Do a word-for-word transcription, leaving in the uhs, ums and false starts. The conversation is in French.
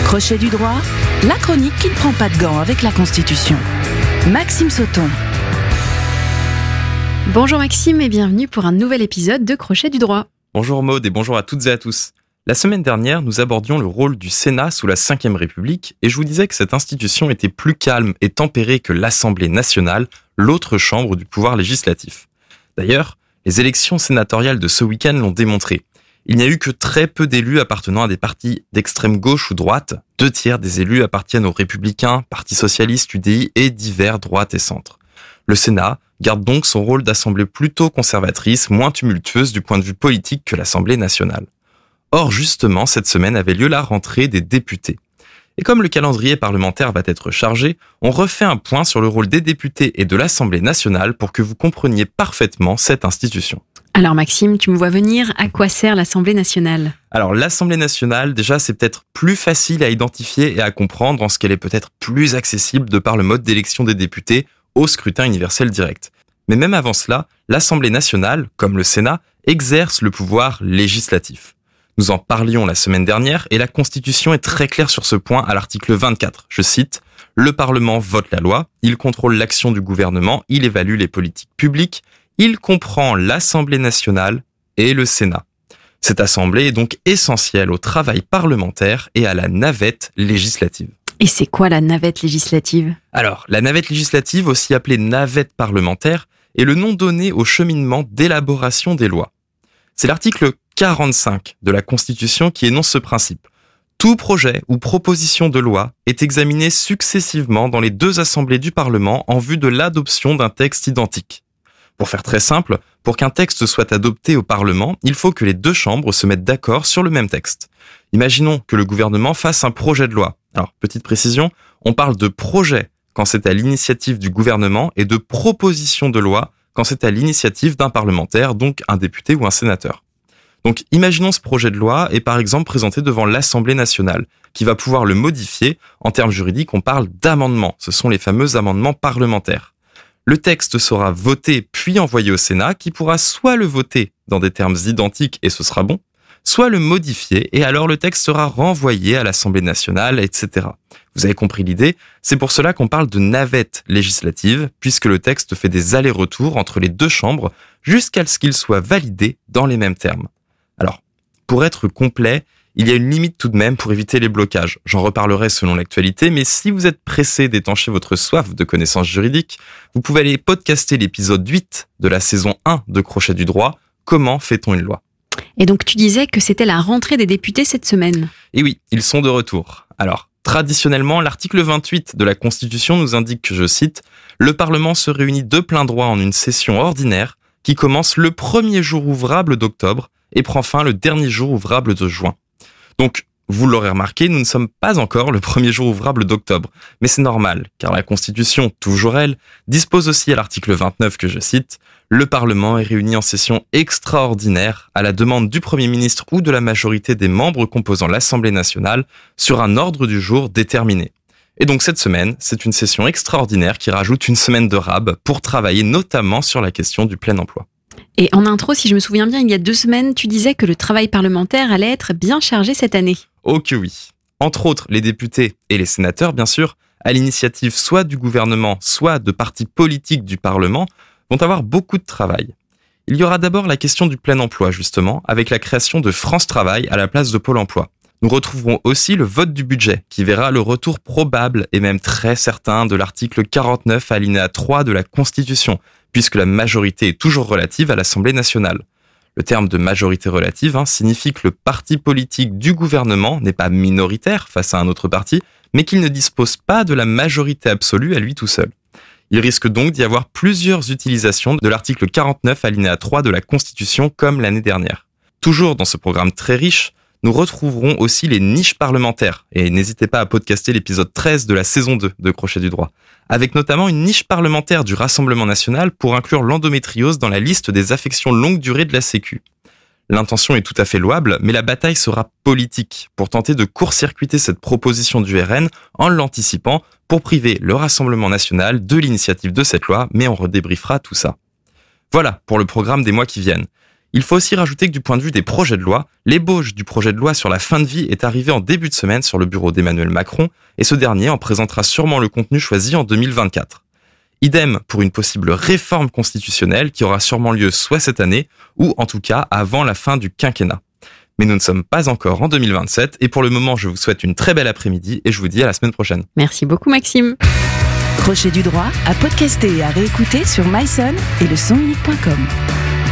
Crochet du droit, la chronique qui ne prend pas de gants avec la Constitution. Maxime Sauton. Bonjour Maxime et bienvenue pour un nouvel épisode de Crochet du droit. Bonjour Maud et bonjour à toutes et à tous. La semaine dernière, nous abordions le rôle du Sénat sous la cinquième République et je vous disais que cette institution était plus calme et tempérée que l'Assemblée nationale, l'autre chambre du pouvoir législatif. D'ailleurs, les élections sénatoriales de ce week-end l'ont démontré. Il n'y a eu que très peu d'élus appartenant à des partis d'extrême gauche ou droite. Deux tiers des élus appartiennent aux Républicains, Parti socialiste, U D I et divers droite et centre. Le Sénat garde donc son rôle d'assemblée plutôt conservatrice, moins tumultueuse du point de vue politique que l'Assemblée nationale. Or, justement, cette semaine avait lieu la rentrée des députés. Et comme le calendrier parlementaire va être chargé, on refait un point sur le rôle des députés et de l'Assemblée nationale pour que vous compreniez parfaitement cette institution. Alors Maxime, tu me vois venir, à quoi sert l'Assemblée nationale ? Alors l'Assemblée nationale, déjà, c'est peut-être plus facile à identifier et à comprendre en ce qu'elle est peut-être plus accessible de par le mode d'élection des députés au scrutin universel direct. Mais même avant cela, l'Assemblée nationale, comme le Sénat, exerce le pouvoir législatif. Nous en parlions la semaine dernière et la Constitution est très claire sur ce point à l'article vingt-quatre. Je cite, « Le Parlement vote la loi, il contrôle l'action du gouvernement, il évalue les politiques publiques, il comprend l'Assemblée nationale et le Sénat. » Cette assemblée est donc essentielle au travail parlementaire et à la navette législative. Et c'est quoi la navette législative ? Alors, la navette législative, aussi appelée navette parlementaire, est le nom donné au cheminement d'élaboration des lois. C'est l'article quarante-cinq de la Constitution qui énonce ce principe. Tout projet ou proposition de loi est examiné successivement dans les deux assemblées du Parlement en vue de l'adoption d'un texte identique. Pour faire très simple, pour qu'un texte soit adopté au Parlement, il faut que les deux chambres se mettent d'accord sur le même texte. Imaginons que le gouvernement fasse un projet de loi. Alors, petite précision, on parle de projet quand c'est à l'initiative du gouvernement et de proposition de loi quand c'est à l'initiative d'un parlementaire, donc un député ou un sénateur. Donc, imaginons ce projet de loi est par exemple présenté devant l'Assemblée nationale, qui va pouvoir le modifier. En termes juridiques, on parle d'amendements. Ce sont les fameux amendements parlementaires. Le texte sera voté puis envoyé au Sénat, qui pourra soit le voter dans des termes identiques et ce sera bon, soit le modifier et alors le texte sera renvoyé à l'Assemblée nationale, et cetera. Vous avez compris l'idée, c'est pour cela qu'on parle de navette législative, puisque le texte fait des allers-retours entre les deux chambres jusqu'à ce qu'il soit validé dans les mêmes termes. Alors, pour être complet, il y a une limite tout de même pour éviter les blocages. J'en reparlerai selon l'actualité, mais si vous êtes pressé d'étancher votre soif de connaissances juridiques, vous pouvez aller podcaster l'épisode huit de la saison un de Crochet du droit, Comment fait-on une loi ? Et donc tu disais que c'était la rentrée des députés cette semaine. Et oui, ils sont de retour. Alors, traditionnellement, l'article vingt-huit de la Constitution nous indique que, je cite, « Le Parlement se réunit de plein droit en une session ordinaire qui commence le premier jour ouvrable d'octobre et prend fin le dernier jour ouvrable de juin. » Donc, vous l'aurez remarqué, nous ne sommes pas encore le premier jour ouvrable d'octobre. Mais c'est normal, car la Constitution, toujours elle, dispose aussi à l'article vingt-neuf que je cite, « Le Parlement est réuni en session extraordinaire à la demande du Premier ministre ou de la majorité des membres composant l'Assemblée nationale sur un ordre du jour déterminé. » Et donc cette semaine, c'est une session extraordinaire qui rajoute une semaine de rab pour travailler notamment sur la question du plein emploi. Et en intro, si je me souviens bien, il y a deux semaines, tu disais que le travail parlementaire allait être bien chargé cette année. Oh que oui. Entre autres, les députés et les sénateurs, bien sûr, à l'initiative soit du gouvernement, soit de partis politiques du Parlement, vont avoir beaucoup de travail. Il y aura d'abord la question du plein emploi, justement, avec la création de France Travail à la place de Pôle emploi. Nous retrouverons aussi le vote du budget, qui verra le retour probable et même très certain de l'article quarante-neuf alinéa trois de la Constitution, puisque la majorité est toujours relative à l'Assemblée nationale. Le terme de majorité relative hein, signifie que le parti politique du gouvernement n'est pas minoritaire face à un autre parti, mais qu'il ne dispose pas de la majorité absolue à lui tout seul. Il risque donc d'y avoir plusieurs utilisations de l'article quarante-neuf alinéa trois de la Constitution comme l'année dernière. Toujours dans ce programme très riche, nous retrouverons aussi les niches parlementaires. Et n'hésitez pas à podcaster l'épisode treize de la saison deux de Crochet du droit. Avec notamment une niche parlementaire du Rassemblement national pour inclure l'endométriose dans la liste des affections longue durée de la Sécu. L'intention est tout à fait louable, mais la bataille sera politique pour tenter de court-circuiter cette proposition du R N en l'anticipant pour priver le Rassemblement national de l'initiative de cette loi, mais on redébriefera tout ça. Voilà pour le programme des mois qui viennent. Il faut aussi rajouter que du point de vue des projets de loi, l'ébauche du projet de loi sur la fin de vie est arrivée en début de semaine sur le bureau d'Emmanuel Macron et ce dernier en présentera sûrement le contenu choisi en deux mille vingt-quatre. Idem pour une possible réforme constitutionnelle qui aura sûrement lieu soit cette année ou en tout cas avant la fin du quinquennat. Mais nous ne sommes pas encore en deux mille vingt-sept et pour le moment je vous souhaite une très belle après-midi et je vous dis à la semaine prochaine. Merci beaucoup Maxime. Crochet du droit à podcaster et à réécouter sur myson et le son unique point com.